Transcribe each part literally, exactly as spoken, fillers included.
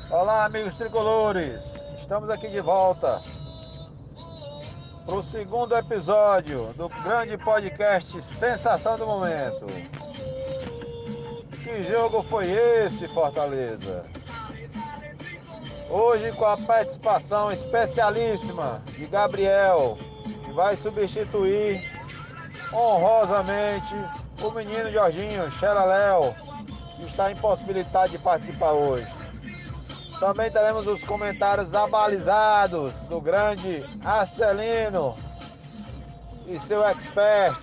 Olá, amigos tricolores! Estamos aqui de volta para o segundo episódio do grande podcast Sensação do Momento. Que jogo foi esse, Fortaleza? Hoje com a participação especialíssima de Gabriel, que vai substituir honrosamente o menino Jorginho Xeraléu, que está impossibilitado de participar hoje. Também teremos os comentários abalizados do grande Arcelino e seu expert.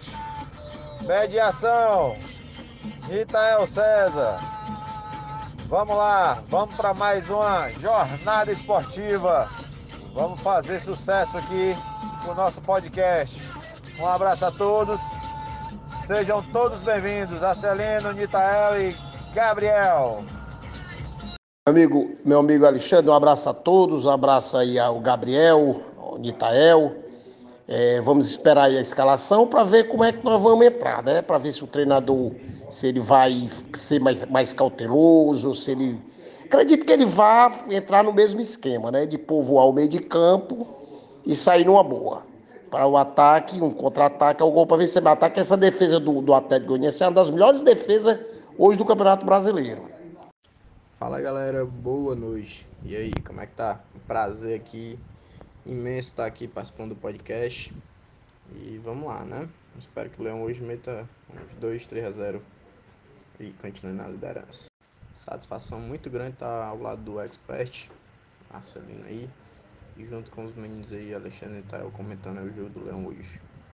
Mediação, Itael César. Vamos lá, vamos para mais uma jornada esportiva. Vamos fazer sucesso aqui com o nosso podcast. Um abraço a todos. Sejam todos bem-vindos, Arcelino, Nitael e Gabriel. Amigo, meu amigo Alexandre, um abraço a todos, um abraço aí ao Gabriel, ao Nitael. É, vamos esperar aí a escalação para ver como é que nós vamos entrar, né? Para ver se o treinador, se ele vai ser mais, mais cauteloso, se ele... Acredito que ele vá entrar no mesmo esquema, né? De povoar o meio de campo e sair numa boa. Para o ataque, um contra-ataque, é o gol para ver se ele ataque. Essa defesa do, do Atlético Goianiense é uma das melhores defesas hoje do Campeonato Brasileiro. Fala galera, boa noite. E aí, como é que tá? Um prazer aqui, imenso estar aqui participando do podcast. E vamos lá, né? Espero que o Leão hoje meta uns dois, três a zero e continue na liderança. Satisfação muito grande estar ao lado do expert, Marcelino aí, e junto com os meninos aí, Alexandre e Thael, comentando aí o jogo do Leão hoje.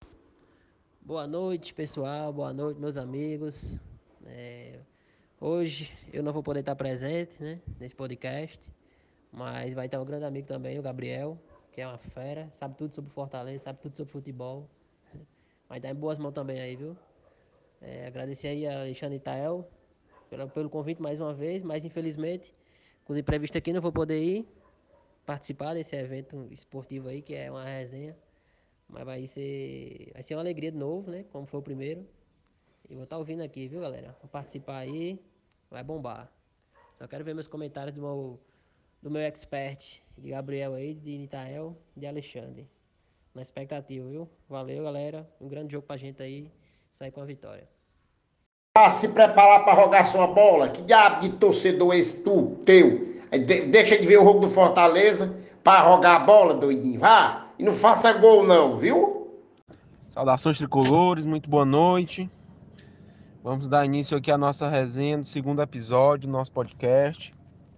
Boa noite, pessoal. Boa noite, meus amigos. É, hoje eu não vou poder estar presente, né, nesse podcast, mas vai estar um grande amigo também, o Gabriel, que é uma fera, sabe tudo sobre Fortaleza, sabe tudo sobre futebol. Vai estar em boas mãos também aí, viu? É, agradecer aí a Alexandre Itael pelo, pelo convite mais uma vez, mas infelizmente, com os imprevistos aqui, não vou poder ir participar desse evento esportivo aí, que é uma resenha. Mas vai ser, vai ser uma alegria de novo, né? Como foi o primeiro. E vou estar ouvindo aqui, viu, galera? Vou participar aí, vai bombar. Só quero ver meus comentários do meu, do meu expert, de Gabriel aí, de Nitael, de Alexandre. Na expectativa, viu? Valeu, galera. Um grande jogo pra gente aí, sair com a vitória. Ah, se preparar para jogar sua bola. Que diabo de torcedor é esse tu, teu? De- deixa de ver o jogo do Fortaleza para jogar a bola, doidinho. Vá, e não faça gol não, viu? Saudações tricolores, muito boa noite. Vamos dar início aqui à nossa resenha do segundo episódio do nosso podcast.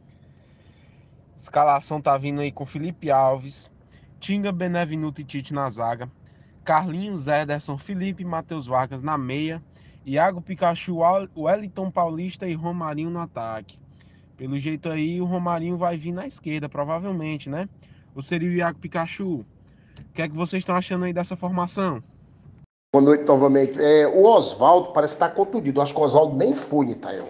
Escalação tá vindo aí com Felipe Alves, Tinga, Benevenuto e Tite na zaga, Carlinhos, Ederson, Felipe e Matheus Vargas na meia, Iago Pikachu, Wellington Paulista e Romarinho no ataque. Pelo jeito aí, o Romarinho vai vir na esquerda, provavelmente, né? Ou seria o Iago Pikachu? O que é que vocês estão achando aí dessa formação? Boa noite novamente. É, o Oswaldo parece estar contundido. Acho que o Oswaldo nem foi, Nitael.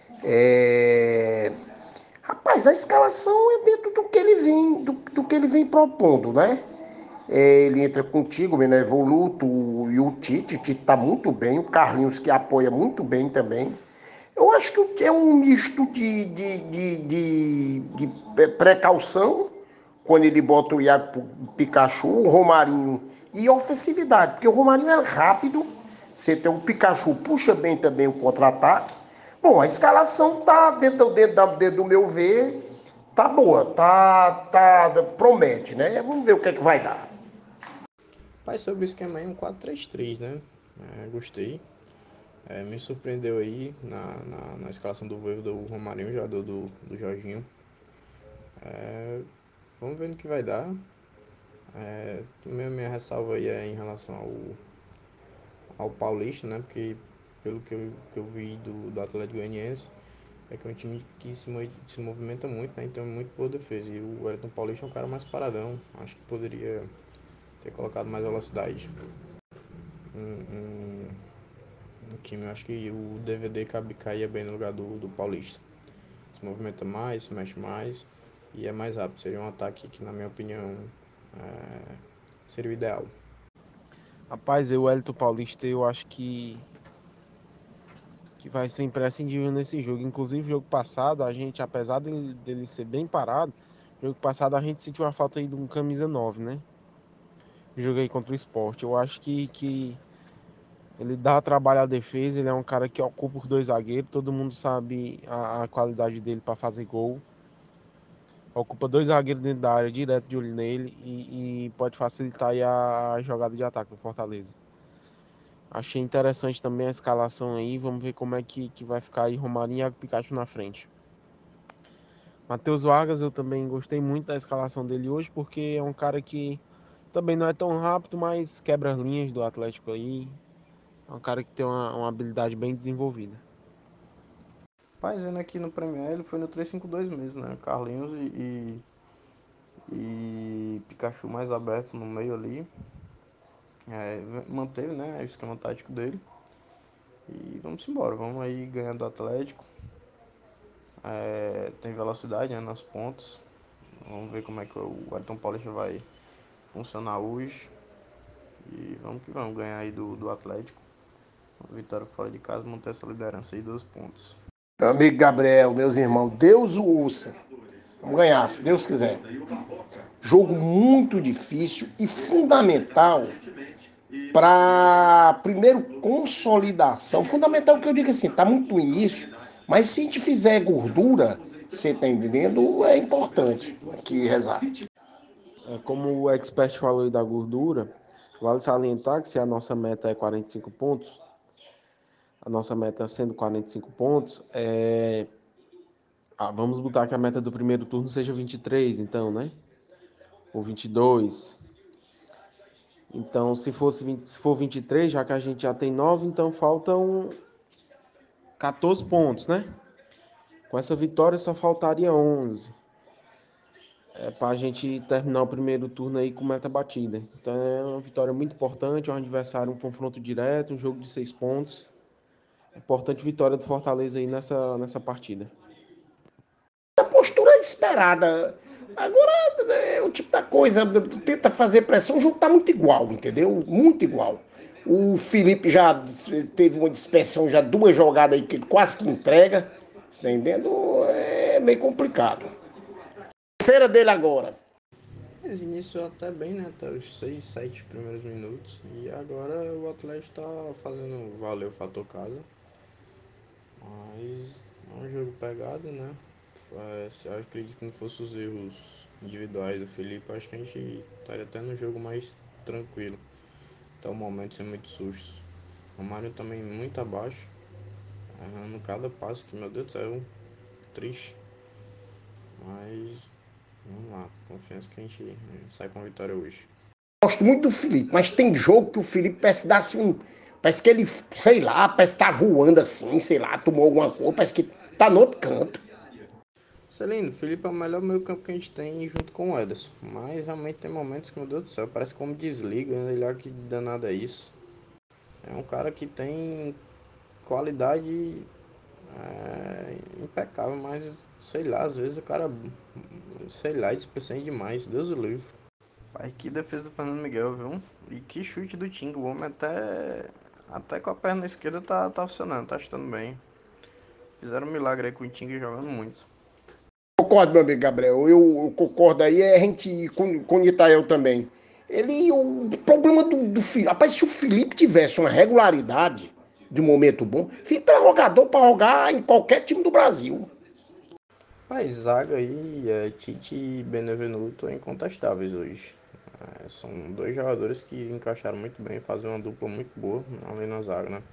É... Rapaz, a escalação é dentro do que ele vem, do, do que ele vem propondo, né? É, ele entra contigo, o Benevoluto e o Tite. O Tite tá muito bem. O Carlinhos que apoia muito bem também. Eu acho que é um misto de, de, de, de, de precaução, quando ele bota o Iago Pikachu, o Romarinho, e ofensividade, porque o Romarinho é rápido, você tem o Pikachu, puxa bem também o contra-ataque. Bom, a escalação tá dentro, dentro, dentro do meu ver, tá boa, tá, tá, promete, né? Vamos ver o que é que vai dar. Pai, sobre o esquema aí, um quatro três três, né? É, gostei. É, me surpreendeu aí na, na, na escalação do Voivo do Romarinho, jogador do, do Jorginho. É, vamos ver no que vai dar. É, minha, minha ressalva aí é em relação ao, ao Paulista, né? Porque pelo que eu, que eu vi do, do Atlético Goianiense, é que é um time que se, se movimenta muito, né? Então é muito boa defesa. E o Wellington Paulista é um cara mais paradão. Acho que poderia ter colocado mais velocidade. Um, um, um time, acho que o D V D cabe, caía bem no lugar do, do Paulista. Se movimenta mais, se mexe mais e é mais rápido. Seria um ataque que, na minha opinião, é, seria o ideal. Rapaz, eu, Wellington Paulista, eu acho que que vai ser imprescindível nesse jogo. Inclusive, jogo passado, a gente, apesar dele, dele ser bem parado, jogo passado a gente sentiu a falta aí de um camisa nove, né? Joguei contra o Sport. Eu acho que, que ele dá trabalho à defesa, ele é um cara que ocupa os dois zagueiros, todo mundo sabe a, a qualidade dele para fazer gol. Ocupa dois zagueiros dentro da área, direto de olho nele, e, e pode facilitar aí a, a jogada de ataque do Fortaleza. Achei interessante também a escalação aí, vamos ver como é que, que vai ficar aí Romarinho e Iago Pikachu na frente. Matheus Vargas, eu também gostei muito da escalação dele hoje, porque é um cara que também não é tão rápido, mas quebra as linhas do Atlético aí. É um cara que tem uma, uma habilidade bem desenvolvida. Mas vendo aqui no Premier, ele foi no três cinco dois mesmo, né? Carlinhos e, e, e Pikachu mais abertos no meio ali. É, manteve, né, o esquema tático dele. E vamos embora, vamos aí ganhando do Atlético. É, tem velocidade, né, nas pontas. Vamos ver como é que o Wellington Paulista vai funcionar hoje. E vamos que vamos ganhar aí do, do Atlético. Uma vitória fora de casa, manter essa liderança aí, dois pontos. Meu amigo Gabriel, meus irmãos, Deus o ouça. Vamos ganhar, se Deus quiser. Jogo muito difícil e fundamental para, primeiro, consolidação. Fundamental que eu digo assim, tá muito no início, mas se a gente fizer gordura, você tá entendendo, é importante que rezar. É, como o expert falou aí da gordura, vale salientar que se a nossa meta é quarenta e cinco pontos, a nossa meta sendo quarenta e cinco pontos, é... ah, vamos botar que a meta do primeiro turno seja vinte e três, então, né? Ou vinte e dois. Então, se, fosse vinte, se for vinte e três, já que a gente já tem nove, então faltam quatorze pontos, né? Com essa vitória só faltaria onze. É para a gente terminar o primeiro turno aí com meta batida. Então é uma vitória muito importante, um adversário, um confronto direto, um jogo de seis pontos. Importante vitória do Fortaleza aí nessa, nessa partida. A postura é esperada. Agora, é o tipo da coisa, tenta fazer pressão, o jogo tá muito igual, entendeu? Muito igual. O Felipe já teve uma dispersão, já duas jogadas aí que ele quase que entrega, tá entendendo? É meio complicado. Terceira dele agora. Mas iniciou até bem, né? Até os seis, sete primeiros minutos. E agora o Atlético tá fazendo valer o fator casa. Mas é um jogo pegado, né? É, se eu acredito que não fosse os erros individuais do Felipe, acho que a gente estaria até no jogo mais tranquilo. Até o momento sem muitos sustos. O Mário também muito abaixo, errando cada passo que, meu Deus do céu, triste. Mas vamos lá, confiança que a gente, a gente sai com a vitória hoje. Gosto muito do Felipe, mas tem jogo que o Felipe parece que dá assim um. Parece que ele, sei lá, parece que tá voando assim, sei lá, tomou alguma coisa, parece que tá no outro canto. Celino, o Felipe é o melhor meio campo que a gente tem junto com o Ederson. Mas realmente tem momentos que, meu Deus do céu, parece como desliga, né? Ele olha que danado é isso. É um cara que tem qualidade é, impecável, mas sei lá, às vezes o cara, sei lá, dispensa demais, Deus o livre. Pai, que defesa do Fernando Miguel, viu? E que chute do Tinga, o homem até, até com a perna esquerda tá, tá funcionando, tá chutando bem. Fizeram um milagre aí com o Tinga jogando muito. Concordo, meu amigo Gabriel. Eu, eu concordo aí, é a gente com, com o Itael também. Ele, o problema do, do Felipe. Rapaz, se o Felipe tivesse uma regularidade de momento bom, fica jogador para jogar em qualquer time do Brasil. Mas zaga aí, é, Tite e Benevenuto incontestáveis hoje. É, são dois jogadores que encaixaram muito bem, fazem uma dupla muito boa ali na zaga, né?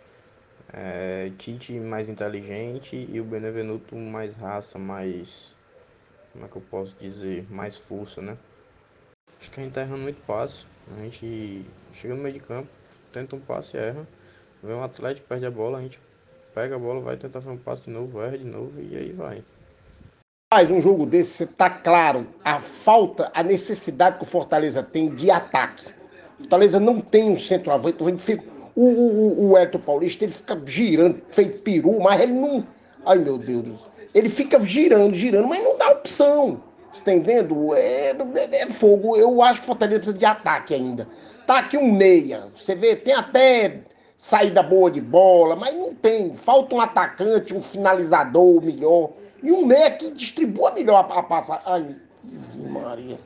É, Tite mais inteligente e o Benevenuto mais raça, mais. Como é que eu posso dizer? Mais força, né? Acho que a gente tá errando muito passe. A gente chega no meio de campo, tenta um passe e erra. Vem um Atlético, perde a bola, a gente pega a bola, vai tentar fazer um passe de novo, erra de novo e aí vai. Faz um jogo desse, tá claro a falta, a necessidade que o Fortaleza tem de ataque. O Fortaleza não tem um centroavante. O, o, o Hélio Paulista, ele fica girando, feito peru, mas ele não. Ai, meu Deus. Ele fica girando, girando, mas não dá opção. Você tá entendendo? É, é, é fogo. Eu acho que o Fortaleza precisa de ataque ainda. Tá aqui um meia. Você vê, tem até saída boa de bola, mas não tem. Falta um atacante, um finalizador melhor e um meia que distribua melhor a, a passar. Ai, Maria.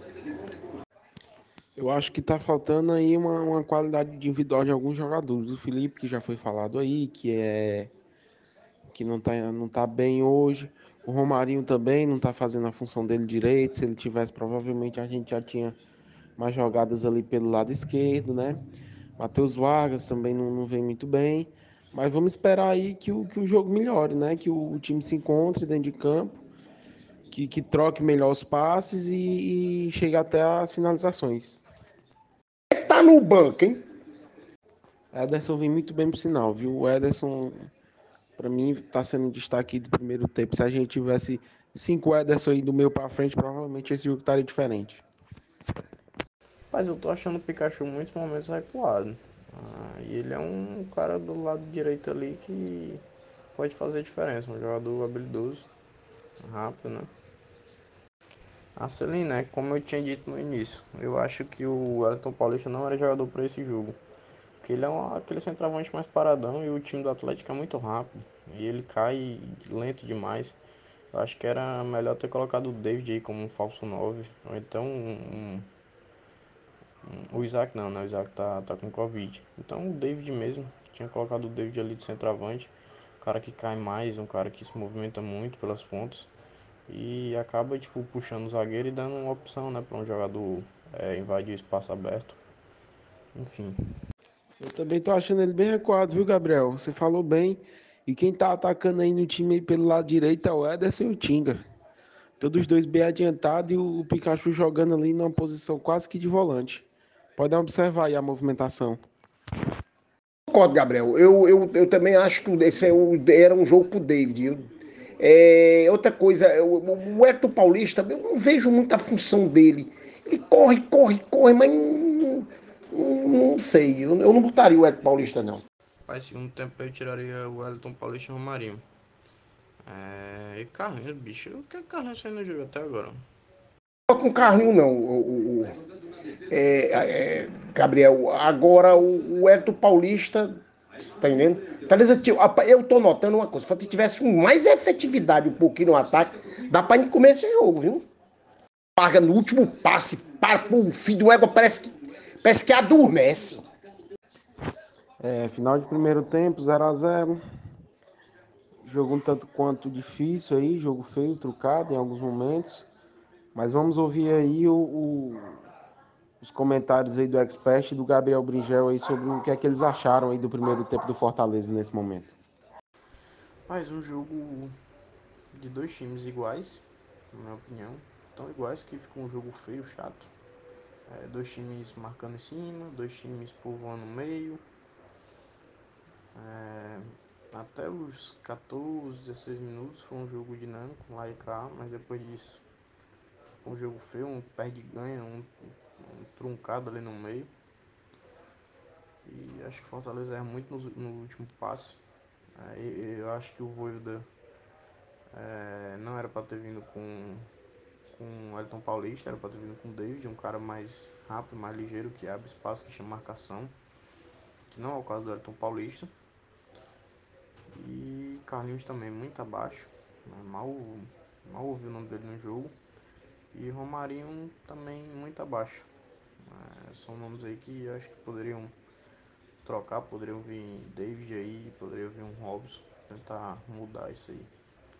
Eu acho que tá faltando aí uma, uma qualidade individual de alguns jogadores. O Felipe, que já foi falado aí, que é que não tá, não tá bem hoje. O Romarinho também não tá fazendo a função dele direito. Se ele tivesse, provavelmente a gente já tinha mais jogadas ali pelo lado esquerdo, né? Matheus Vargas também não, não vem muito bem. Mas vamos esperar aí que o, que o jogo melhore, né? Que o, o time se encontre dentro de campo, que, que troque melhor os passes e, e chegue até as finalizações. Tá no banco, hein? Ederson vem muito bem pro sinal, viu? O Ederson, para mim, tá sendo destaque do primeiro tempo. Se a gente tivesse cinco Ederson aí do meio para frente, provavelmente esse jogo estaria diferente. Mas eu tô achando o Pikachu em muitos momentos recuado. Ah, e ele é um cara do lado direito ali que pode fazer diferença. Um jogador habilidoso, rápido, né? A Celine, né? Como eu tinha dito no início, eu acho que o Wellington Paulista não era jogador para esse jogo. Porque ele é um, aquele centroavante mais paradão e o time do Atlético é muito rápido. E ele cai lento demais. Eu acho que era melhor ter colocado o David aí como um falso nove. Ou então um, um, o Isaac não, né? O Isaac tá, tá com Covid. Então o David mesmo. Tinha colocado o David ali de centroavante. Um cara que cai mais, um cara que se movimenta muito pelas pontas. E acaba tipo puxando o zagueiro e dando uma opção, né, para um jogador é, invadir o espaço aberto. Enfim. Eu também tô achando ele bem recuado, viu, Gabriel? Você falou bem. E quem tá atacando aí no time aí pelo lado direito é o Ederson e o Tinga. Todos os dois bem adiantados e o Pikachu jogando ali numa posição quase que de volante. Pode observar aí a movimentação. Concordo, Gabriel. Eu, eu, eu também acho que esse é o- era um jogo pro David. Eu- é, outra coisa, o, o Hector Paulista, eu não vejo muita função dele. Ele corre, corre, corre, mas não, não, não sei. Eu, eu não botaria o Hector Paulista, não. Mas segundo tempo eu tiraria o Wellington Paulista e o Romarinho. É, e Carlinhos, bicho, o que é Carlinhos fez no jogo até agora? Não com Carlinho, não, o, o- é, é, Gabriel. Agora, o, o Hector Paulista, você tá entendendo? Talvez eu, eu tô notando uma coisa. Se ele tivesse mais efetividade um pouquinho no ataque, dá pra gente comer esse jogo, viu? Paga no último passe, para o filho do égua, parece que, parece que adormece. É, final de primeiro tempo, zero a zero. Jogo um tanto quanto difícil aí, jogo feio, trucado em alguns momentos. Mas vamos ouvir aí o, o- os comentários aí do Expert e do Gabriel Bringel aí sobre o que é que eles acharam aí do primeiro tempo do Fortaleza nesse momento. Mais um jogo de dois times iguais, na minha opinião. Tão iguais que ficou um jogo feio, chato. É, dois times marcando em cima, dois times povoando no meio. É, até os quatorze, dezesseis minutos foi um jogo dinâmico, lá e cá, mas depois disso ficou um jogo feio, um perde e ganha, um, um truncado ali no meio. E acho que o Fortaleza erra muito no, no último passe. É, eu acho que o Voivoda é, não era para ter vindo com, com o Elton Paulista, era para ter vindo com o David, um cara mais rápido, mais ligeiro, que abre espaço, que chama marcação, que não é o caso do Elton Paulista. E Carlinhos também muito abaixo, né? mal, mal ouvi o nome dele no jogo. E Romarinho também muito abaixo. É, são nomes aí que eu acho que poderiam trocar, poderiam vir David aí, poderia vir um Robson, tentar mudar isso aí.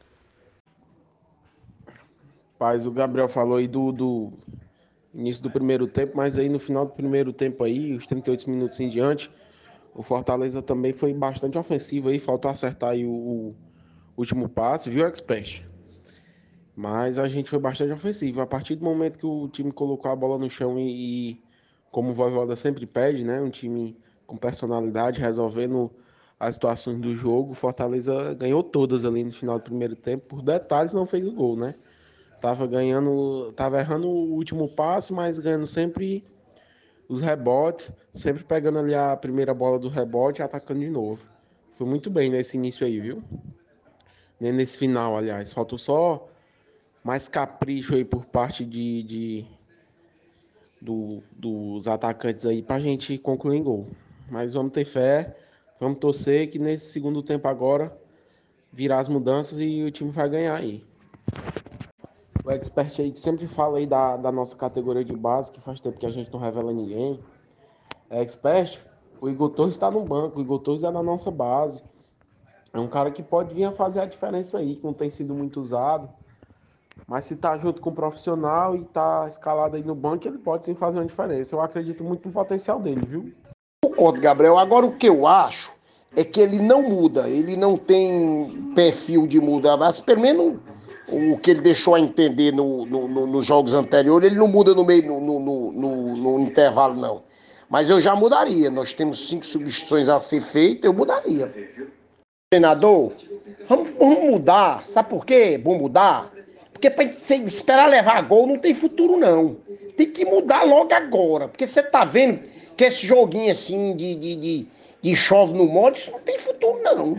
Paz, o Gabriel falou aí do, do início do primeiro tempo, mas aí no final do primeiro tempo aí, os trinta e oito minutos em diante, o Fortaleza também foi bastante ofensivo aí, faltou acertar aí o, o último passe, viu, Expert? Mas a gente foi bastante ofensivo. A partir do momento que o time colocou a bola no chão e, e como o Voivoda sempre pede, né, um time com personalidade, resolvendo as situações do jogo, o Fortaleza ganhou todas ali no final do primeiro tempo. Por detalhes, não fez o gol, né? Tava ganhando, tava errando o último passe, mas ganhando sempre os rebotes, sempre pegando ali a primeira bola do rebote e atacando de novo. Foi muito bem nesse início aí, viu? Nem nesse final, aliás. Faltou só mais capricho aí por parte de, de do, dos atacantes aí pra gente concluir em gol. Mas vamos ter fé. Vamos torcer que nesse segundo tempo agora virar as mudanças e o time vai ganhar aí. O expert aí que sempre fala aí da, da nossa categoria de base, que faz tempo que a gente não revela ninguém. É expert, o Igor Torres está no banco, o Igor Torres é da nossa base. É um cara que pode vir a fazer a diferença aí, que não tem sido muito usado. Mas se tá junto com o profissional e tá escalado aí no banco, ele pode sim fazer uma diferença. Eu acredito muito no potencial dele, viu? Concordo, Gabriel. Agora o que eu acho é que ele não muda, ele não tem perfil de mudar, mas pelo menos o que ele deixou a entender no, no, no, nos jogos anteriores, ele não muda no meio, no, no, no, no intervalo, não. Mas eu já mudaria. Nós temos cinco substituições a ser feitas, eu mudaria. Treinador, vamos, vamos mudar. Sabe por quê? Vamos mudar? Porque para esperar levar gol não tem futuro, não. Tem que mudar logo agora. Porque você tá vendo que esse joguinho assim de, de, de, de chove no molde, isso não tem futuro, não.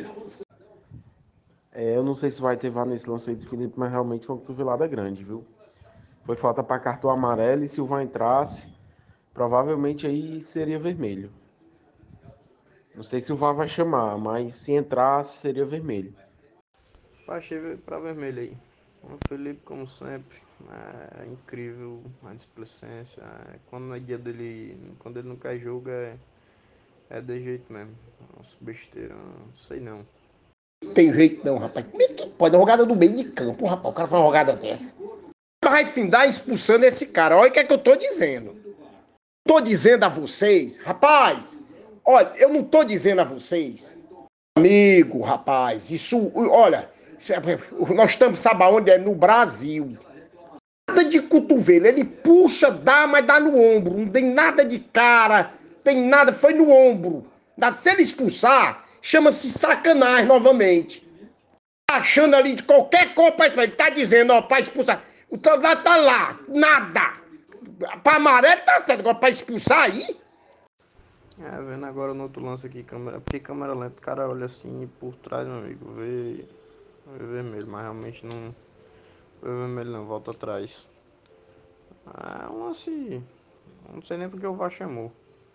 É, eu não sei se vai ter vá nesse lance aí do Felipe, mas realmente foi uma cotovelada grande, viu? Foi falta para cartão amarelo e se o V A R entrasse, provavelmente aí seria vermelho. Não sei se o V A R vai chamar, mas se entrasse seria vermelho. Achei pra vermelho aí. O Felipe, como sempre, é incrível a displicência. É, quando no dia dele, quando ele não quer jogo, é, é de jeito mesmo. Nossa, besteira, não sei não. Tem jeito não, rapaz. Como é que pode? Uma jogada do meio de campo, rapaz. O cara faz uma jogada dessa. Vai findar expulsando esse cara. Olha o que é que eu tô dizendo. Tô dizendo a vocês, rapaz. Olha, eu não tô dizendo a vocês, amigo, rapaz. Isso, olha, nós estamos, sabe aonde? É no Brasil. Nada de cotovelo. Ele puxa, dá, mas dá no ombro. Não tem nada de cara, tem nada, foi no ombro. Se ele expulsar, chama-se sacanagem novamente. Achando ali de qualquer coisa, ele tá dizendo, ó, pra expulsar. O lá tá lá, nada. Pra amarelo tá certo, agora pra expulsar aí. É, vendo agora no outro lance aqui, câmera, porque câmera lenta, o cara olha assim por trás, meu amigo, vê, vê vermelho, mas realmente não vê vermelho não, volta atrás. É um lance, não sei nem porque o V A R chamou.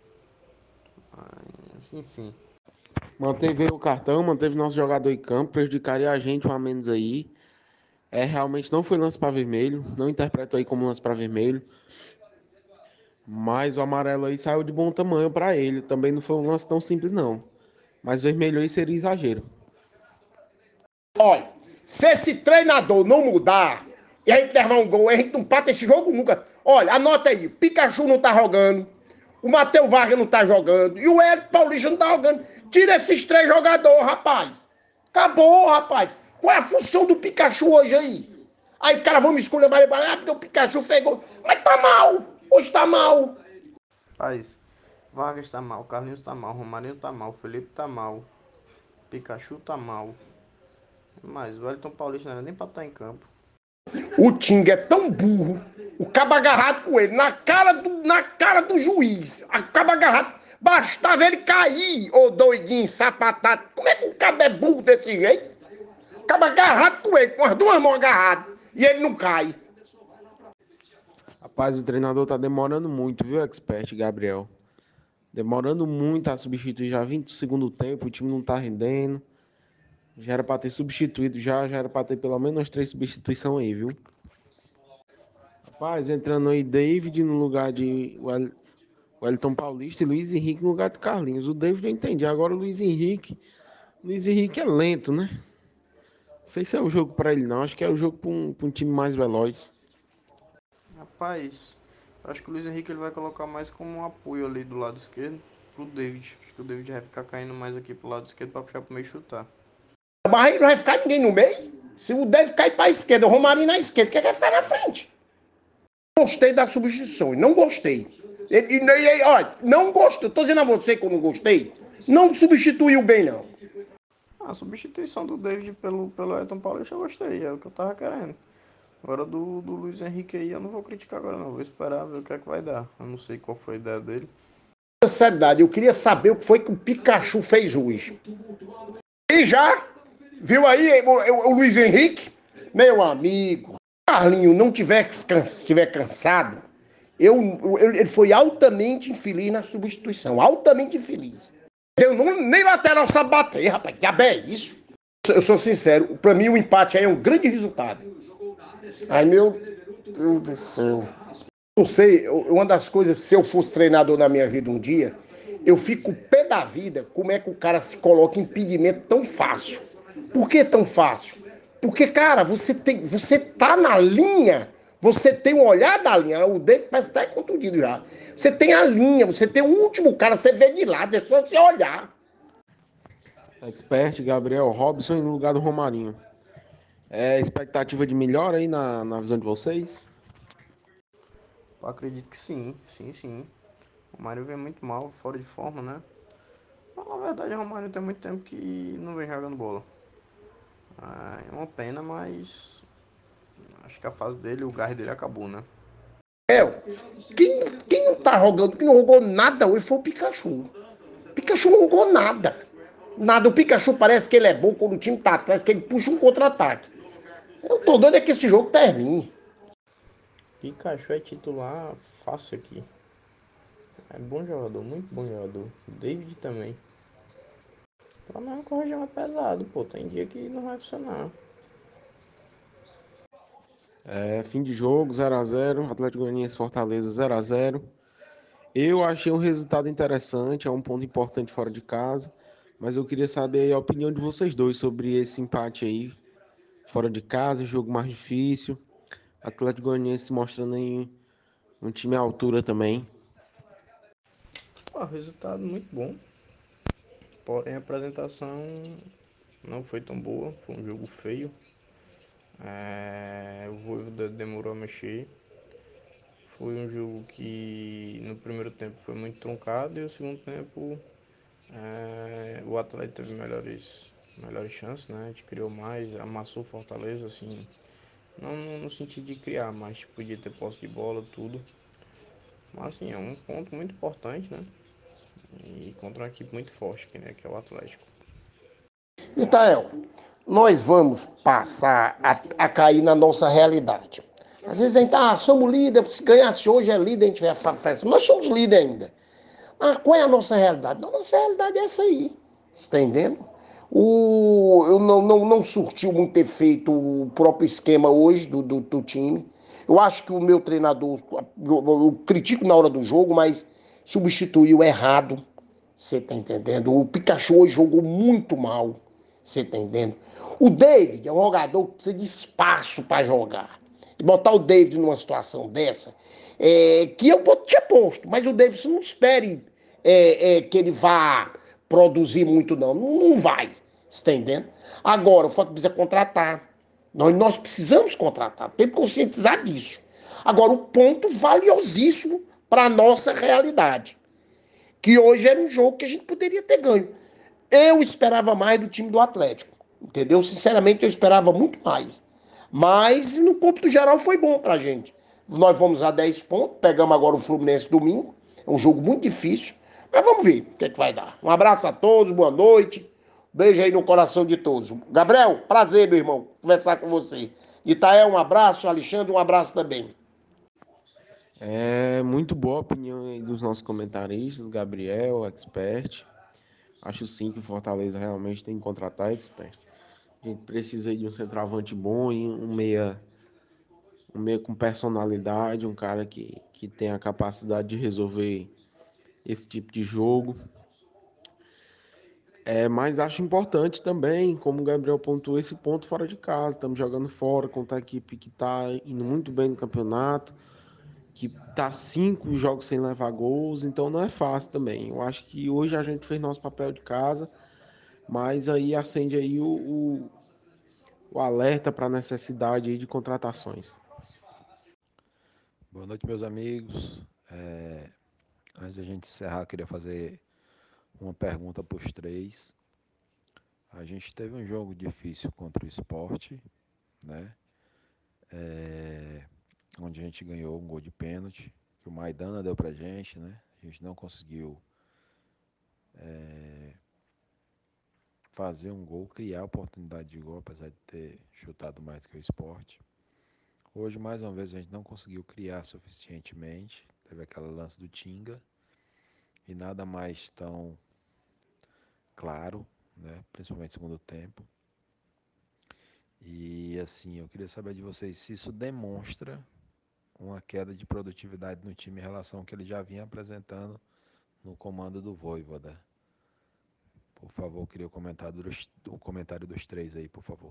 Mas, enfim. Manteve o cartão, manteve nosso jogador em campo, prejudicaria a gente um a menos aí. É, realmente não foi lance para vermelho, não interpretou aí como lance para vermelho. Mas o amarelo aí saiu de bom tamanho para ele. Também não foi um lance tão simples, não. Mas vermelho aí seria exagero. Olha, se esse treinador não mudar e a gente levar um gol, a gente não pata esse jogo nunca. Olha, anota aí, Pikachu não tá jogando, o Matheus Vargas não tá jogando e o Hélio Paulista não tá jogando. Tira esses três jogadores, rapaz. Acabou, rapaz. Qual é a função do Pikachu hoje aí? Aí, cara, vamos escolher mais ah, porque o Pikachu fez gol. Mas tá mal, hoje tá mal. Rapaz, Vargas tá mal, Carlinhos tá mal, Romarinho tá mal, Felipe tá mal, Pikachu tá mal. Mas o Wellington Paulista não era nem pra estar em campo. O Tinga é tão burro, o cabo agarrado com ele, na cara do, na cara do juiz. A cabo agarrado, bastava ele cair, ô doidinho, sapatado. Como é que o cabo é burro desse jeito? O cabo agarrado com ele, com as duas mãos agarradas, e ele não cai. Rapaz, o treinador tá demorando muito, viu, expert Gabriel? Demorando muito a substituir. Já vinte do segundo tempo, o time não tá rendendo. Já era pra ter substituído, já, já era pra ter pelo menos umas três substituições aí, viu? Rapaz, entrando aí David no lugar de Wellington Paulista e Luiz Henrique no lugar de Carlinhos. O David eu entendi. Agora o Luiz Henrique. Luiz Henrique é lento, né? Não sei se é o jogo pra ele, não. Acho que é o jogo pra um, pra um time mais veloz. Rapaz, acho que o Luiz Henrique ele vai colocar mais como um apoio ali do lado esquerdo pro David. Acho que o David vai ficar caindo mais aqui pro lado esquerdo pra puxar pro meio e chutar. Mas aí não vai ficar ninguém no meio? Se o deve cair pra esquerda, o Romarinho na esquerda, quem quer ficar na frente? Gostei das substituições, não gostei. Ele, ele, olha, não gostei, tô dizendo a você que eu não gostei. Não substituiu bem, não. A substituição do David pelo, pelo Wellington Paulista eu gostei, é o que eu tava querendo. Agora do, do Luiz Henrique aí eu não vou criticar agora não, vou esperar ver o que é que vai dar. Eu não sei qual foi a ideia dele. Seriedade, eu queria saber o que foi que o Pikachu fez hoje. E já, viu aí o, o, o Luiz Henrique? Meu amigo, Carlinho não tiver, estiver cansado, eu, eu, ele foi altamente infeliz na substituição, altamente infeliz. Eu não, nem lateral sabe bater, rapaz. Que é isso? Eu sou sincero, pra mim o empate aí é um grande resultado. Ai, meu Deus do céu. Não sei, uma das coisas, se eu fosse treinador na minha vida um dia, eu fico pé da vida como é que o cara se coloca em impedimento tão fácil. Por que tão fácil? Porque, cara, você, tem, você tá na linha, você tem um olhar da linha, o David parece que tá contundido já. Você tem a linha, você tem o último cara, você vê de lado, é só você olhar. Expert, Gabriel Robson no lugar do Romarinho. É expectativa de melhora aí na, na visão de vocês? Eu acredito que sim, sim, sim. O Romário vem muito mal, fora de forma, né? Mas na verdade o Romário tem muito tempo que não vem jogando bola. É uma pena, mas acho que a fase dele, o gás dele acabou, né? É, quem, quem não tá jogando, quem não jogou nada hoje foi o Pikachu. O Pikachu não jogou nada. Nada. O Pikachu parece que ele é bom quando o time tá atrás, que ele puxa um contra-ataque. Eu tô doido é que esse jogo termine. Pikachu é titular fácil aqui. É bom jogador, muito bom jogador. David também. O problema é que o Rojão é pesado, pô. Tem dia que não vai funcionar. É, fim de jogo, zero a zero, Atlético Goianiense Fortaleza zero a zero. Eu achei um resultado interessante, é um ponto importante fora de casa, mas eu queria saber a opinião de vocês dois sobre esse empate aí, fora de casa, jogo mais difícil, Atlético Goianiense mostrando aí um time à altura também. Pô, resultado muito bom. Porém a apresentação não foi tão boa. Foi um jogo feio. É, o Voivoda demorou a mexer. Foi um jogo que no primeiro tempo foi muito truncado e o segundo tempo é, o Atlético teve melhores, melhores chances, né? A gente criou mais, amassou o Fortaleza, assim, não no sentido de criar, mas podia ter posse de bola, tudo. Mas assim, é um ponto muito importante, né? E contra uma equipe muito forte, que, né, que é o Atlético. Mitael, nós vamos passar a, a cair na nossa realidade. Às vezes a gente, ah, somos líder, se ganhasse hoje é líder, a gente vai festa. Nós somos líder ainda. Ah, qual é a nossa realidade? Não, nossa realidade é essa aí. Você está entendendo? O, eu não, não, não surtiu muito efeito o próprio esquema hoje do, do, do time. Eu acho que o meu treinador, eu, eu critico na hora do jogo, mas substituiu errado. Você tá entendendo? O Pikachu hoje jogou muito mal. Você tá entendendo? O David é um jogador que precisa de espaço para jogar. E botar o David numa situação dessa, é, que eu tinha posto, mas o David você não espere é, é, que ele vá produzir muito, não. Não, não vai. Você tá entendendo? Agora, o Fortaleza precisa contratar. Nós, nós precisamos contratar. Tem que conscientizar disso. Agora, o ponto valiosíssimo para a nossa realidade, que hoje era um jogo que a gente poderia ter ganho. Eu esperava mais do time do Atlético, entendeu? Sinceramente, eu esperava muito mais. Mas no cômputo geral foi bom pra gente. Nós fomos a dez pontos, pegamos agora o Fluminense domingo. É um jogo muito difícil, mas vamos ver o que é que vai dar. Um abraço a todos, boa noite. Beijo aí no coração de todos. Gabriel, prazer, meu irmão, conversar com você. Itael, um abraço. Alexandre, um abraço também. É muito boa a opinião aí dos nossos comentaristas, Gabriel, Expert. Acho sim que o Fortaleza realmente tem que contratar Expert. A gente precisa aí de um centroavante bom e um meia, um meia com personalidade, um cara que, que tem a capacidade de resolver esse tipo de jogo. É, mas acho importante também, como o Gabriel pontuou, esse ponto fora de casa. Estamos jogando fora contra a equipe que está indo muito bem no campeonato, que está cinco jogos sem levar gols, então não é fácil também. Eu acho que hoje a gente fez nosso papel de casa, mas aí acende aí o, o, o alerta para a necessidade aí de contratações. Boa noite, meus amigos. É, antes de a gente encerrar, eu queria fazer uma pergunta para os três. A gente teve um jogo difícil contra o Sport, né? É, onde a gente ganhou um gol de pênalti, que o Maidana deu pra gente, né? A gente não conseguiu é, fazer um gol, criar oportunidade de gol, apesar de ter chutado mais que o Sport. Hoje, mais uma vez, a gente não conseguiu criar suficientemente. Teve aquela lance do Tinga e nada mais tão claro, né? Principalmente no segundo tempo. E assim, eu queria saber de vocês se isso demonstra uma queda de produtividade no time em relação ao que ele já vinha apresentando no comando do Vojvoda. Por favor, eu queria o comentário dos, o comentário dos três aí, por favor.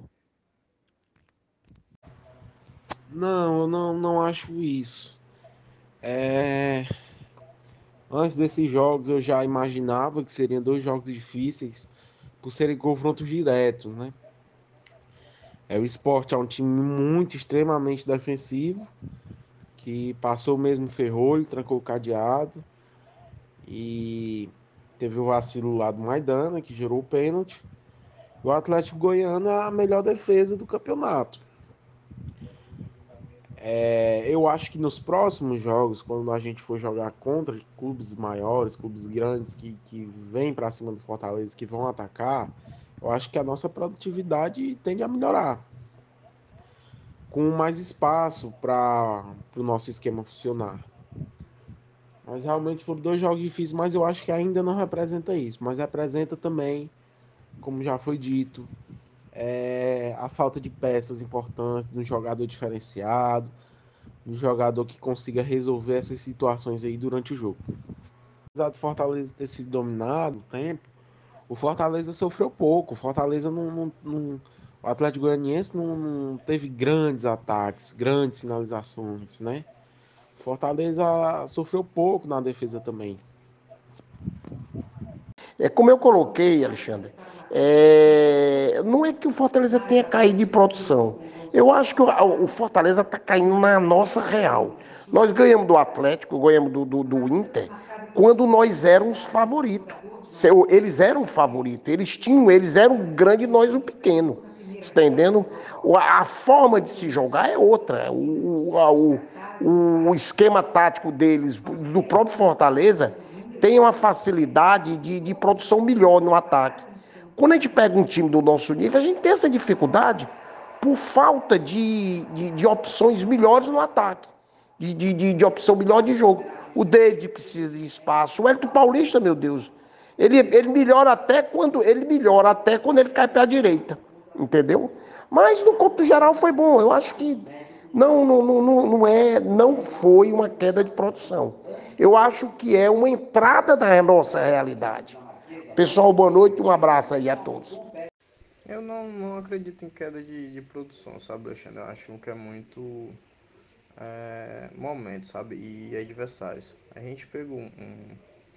Não, eu não, não acho isso. É... Antes desses jogos eu já imaginava que seriam dois jogos difíceis por serem confrontos diretos, né? É, o Sport é um time muito extremamente defensivo, que passou mesmo ferrolho, trancou o cadeado e teve o vacilo lá do Maidana, que gerou o pênalti. O Atlético Goiano é a melhor defesa do campeonato. É, eu acho que nos próximos jogos, quando a gente for jogar contra clubes maiores, clubes grandes que, que vêm para cima do Fortaleza, que vão atacar, eu acho que a nossa produtividade tende a melhorar, com mais espaço para o nosso esquema funcionar. Mas realmente foram dois jogos difíceis, mas eu acho que ainda não representa isso. Mas representa também, como já foi dito, é, a falta de peças importantes, de um jogador diferenciado, um jogador que consiga resolver essas situações aí durante o jogo. Apesar do Fortaleza ter sido dominado o tempo, o Fortaleza sofreu pouco. O Fortaleza não, não, não o Atlético Goianiense não, não teve grandes ataques, grandes finalizações, né? O Fortaleza sofreu pouco na defesa também. É como eu coloquei, Alexandre, é, não é que o Fortaleza tenha caído de produção. Eu acho que o, o Fortaleza está caindo na nossa real. Nós ganhamos do Atlético, ganhamos do, do, do Inter, quando nós éramos favoritos. Eles eram favoritos, eles tinham, eles eram o grande e nós o pequeno. Entendendo? A forma de se jogar é outra. O, o, o, o esquema tático deles, do próprio Fortaleza, tem uma facilidade de, de produção melhor no ataque. Quando a gente pega um time do nosso nível, a gente tem essa dificuldade por falta de, de, de opções melhores no ataque, de, de, de, de opção melhor de jogo. O David precisa de espaço, o Hélio Paulista, meu Deus, ele, ele melhora até quando ele melhora até quando ele cai para a direita, entendeu? Mas no cômputo geral foi bom. Eu acho que não, não, não, não, é, não foi uma queda de produção. Eu acho que é uma entrada na nossa realidade. Pessoal, boa noite, um abraço aí a todos. Eu não, não acredito em queda de, de produção, sabe, Alexandre? Eu acho que é muito é, momento, sabe? E adversários. A gente pegou um,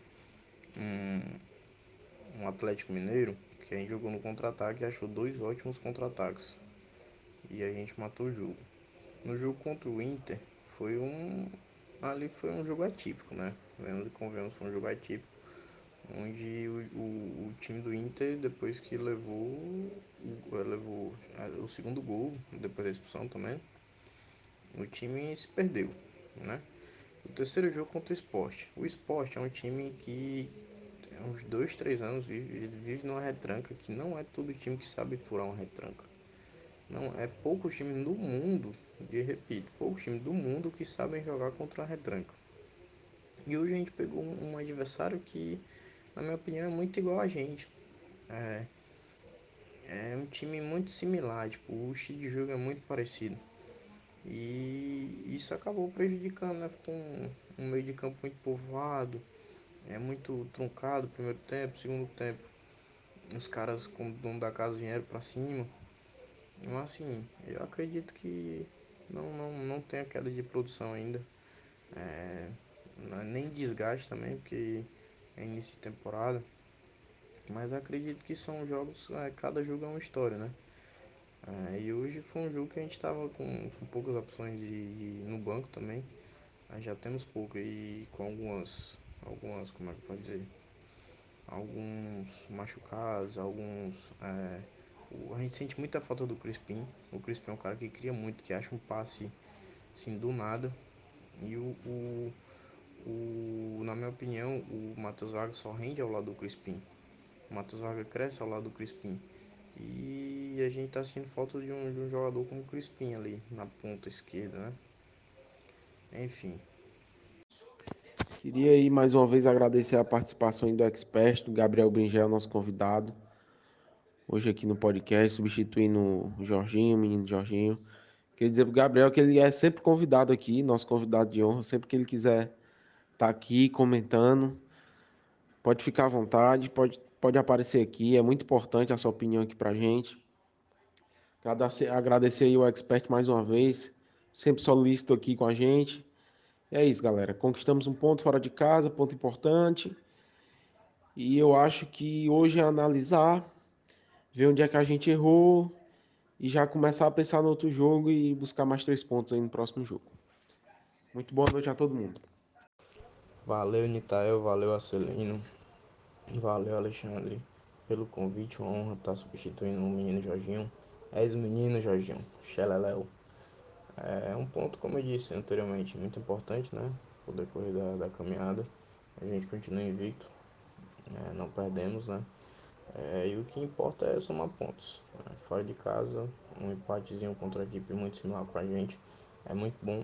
um, um Atlético Mineiro que a gente jogou no contra-ataque e achou dois ótimos contra-ataques. E a gente matou o jogo. No jogo contra o Inter, foi um. Ali foi um jogo atípico, né? Vemos e convenhamos, foi um jogo atípico. Onde o, o, o time do Inter, depois que levou, o, levou o segundo gol, depois da expulsão também, o time se perdeu, né? O terceiro jogo contra o Sport. O Sport é um time que há uns dois, três anos vive, vive numa retranca, que não é todo time que sabe furar uma retranca. Não, é poucos times do mundo, e repito, poucos times do mundo que sabem jogar contra a retranca. E hoje a gente pegou um, um adversário que, na minha opinião, é muito igual a gente. É, é um time muito similar, tipo, o estilo de jogo é muito parecido. E isso acabou prejudicando, né? Ficou um, um meio de campo muito povoado, é muito truncado, primeiro tempo, segundo tempo. Os caras, como dono da casa, vieram pra cima. Então, assim, eu acredito que não, não, não tem a queda de produção ainda. É, nem desgaste também, porque é início de temporada. Mas acredito que são jogos, é, cada jogo é uma história, né? É, e hoje foi um jogo que a gente tava com, com poucas opções de, de no banco também. Aí já temos pouco e com algumas, algumas, como é que eu posso dizer? Alguns machucados, alguns. É, o- a gente sente muita falta do Crispim. O Crispim é um cara que cria muito, que acha um passe assim do nada. E o, o, o na minha opinião, o Matheus Vargas só rende ao lado do Crispim. O Matheus Vargas cresce ao lado do Crispim. E a gente tá sentindo falta de um, de um jogador como o Crispim ali na ponta esquerda, né? Enfim. Queria aí mais uma vez agradecer a participação do Expert, do Gabriel Bringel, nosso convidado, hoje aqui no podcast, substituindo o Jorginho, o menino Jorginho. Queria dizer pro Gabriel que ele é sempre convidado aqui, nosso convidado de honra, sempre que ele quiser estar aqui comentando, pode ficar à vontade, pode, pode aparecer aqui, é muito importante a sua opinião aqui pra gente. Agradecer, agradecer aí o Expert mais uma vez, sempre solícito aqui com a gente. E é isso, galera. Conquistamos um ponto fora de casa, ponto importante. E eu acho que hoje é analisar, ver onde é que a gente errou e já começar a pensar no outro jogo e buscar mais três pontos aí no próximo jogo. Muito boa noite a todo mundo. Valeu, Nitael, valeu, Acelino, valeu, Alexandre, pelo convite, uma honra estar substituindo o menino Jorginho. És o menino Jorginho, Xeleléu. É um ponto, como eu disse anteriormente, muito importante, né? O decorrer da, da caminhada. A gente continua invicto, é, não perdemos, né? É, e o que importa é somar pontos. Né? Fora de casa, um empatezinho contra a equipe muito similar com a gente é muito bom.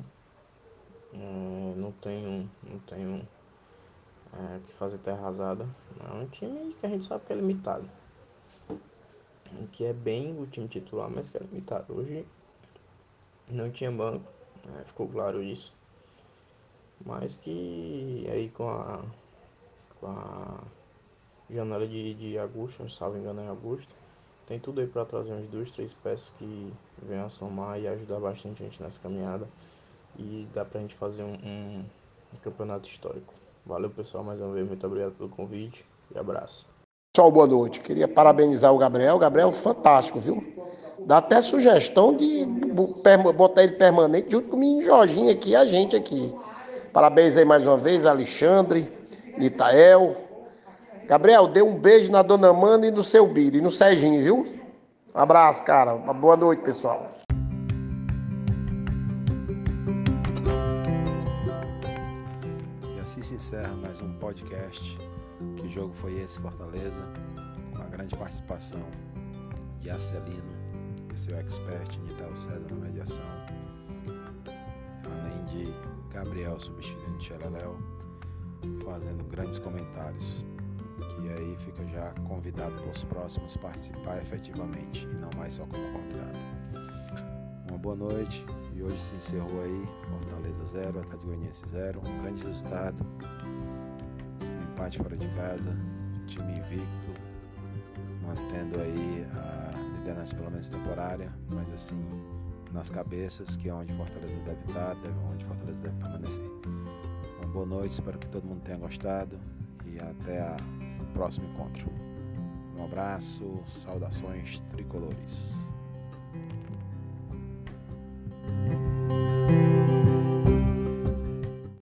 É, não tenho, não tenho é, que fazer terra arrasada. É um time que a gente sabe que é limitado. Que é bem o time titular, mas que é limitado. Hoje não tinha banco, é, ficou claro isso. Mas que aí com a, com a janela de, de agosto, salvo engano é agosto, tem tudo aí para trazer uns dois, três peças que venham a somar e ajudar bastante a gente nessa caminhada. E dá pra gente fazer um, um, um campeonato histórico. Valeu, pessoal, mais uma vez. Muito obrigado pelo convite e abraço. Pessoal, boa noite. Queria parabenizar o Gabriel. O Gabriel é fantástico, viu? Dá até sugestão de botar ele permanente junto com o menino Jorginho aqui e a gente aqui. Parabéns aí mais uma vez, Alexandre, Nitael. Gabriel, dê um beijo na dona Amanda e no seu Biro e no Serginho, viu? Um abraço, cara. Uma boa noite, pessoal. E assim se encerra mais um podcast. Que jogo foi esse, Fortaleza? Com a grande participação de Arcelino e seu expert, Nitael César, na mediação. Além de Gabriel substituindo Xeleléu, fazendo grandes comentários. Que aí fica já convidado para os próximos participar efetivamente e não mais só como convidado. Uma boa noite e hoje se encerrou aí Fortaleza zero, Atlético Goianiense zero, um grande resultado, um empate fora de casa, time invicto, mantendo aí a liderança pelo menos temporária, mas assim nas cabeças, que é onde Fortaleza deve estar, deve, onde Fortaleza deve permanecer. Uma boa noite, espero que todo mundo tenha gostado e até a próximo encontro. Um abraço, saudações tricolores.